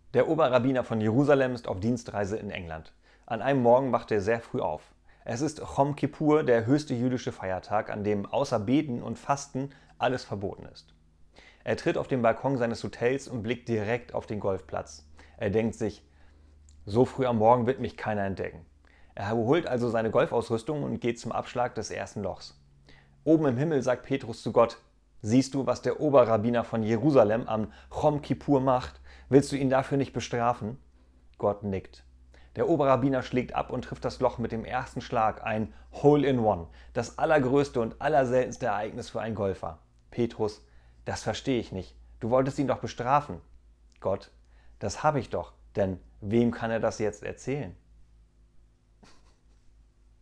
Der Oberrabbiner von Jerusalem ist auf Dienstreise in England. An einem Morgen wacht er sehr früh auf. Es ist Chom Kippur, der höchste jüdische Feiertag, an dem außer Beten und Fasten alles verboten ist. Er tritt auf den Balkon seines Hotels und blickt direkt auf den Golfplatz. Er denkt sich, so früh am Morgen wird mich keiner entdecken. Er holt also seine Golfausrüstung und geht zum Abschlag des ersten Lochs. Oben im Himmel sagt Petrus zu Gott: Siehst du, was der Oberrabbiner von Jerusalem am Chom Kippur macht? Willst du ihn dafür nicht bestrafen? Gott nickt. Der Oberrabbiner schlägt ab und trifft das Loch mit dem ersten Schlag, ein Hole-in-One, das allergrößte und allerseltenste Ereignis für einen Golfer. Petrus: Das verstehe ich nicht. Du wolltest ihn doch bestrafen. Gott: Das habe ich doch, denn wem kann er das jetzt erzählen?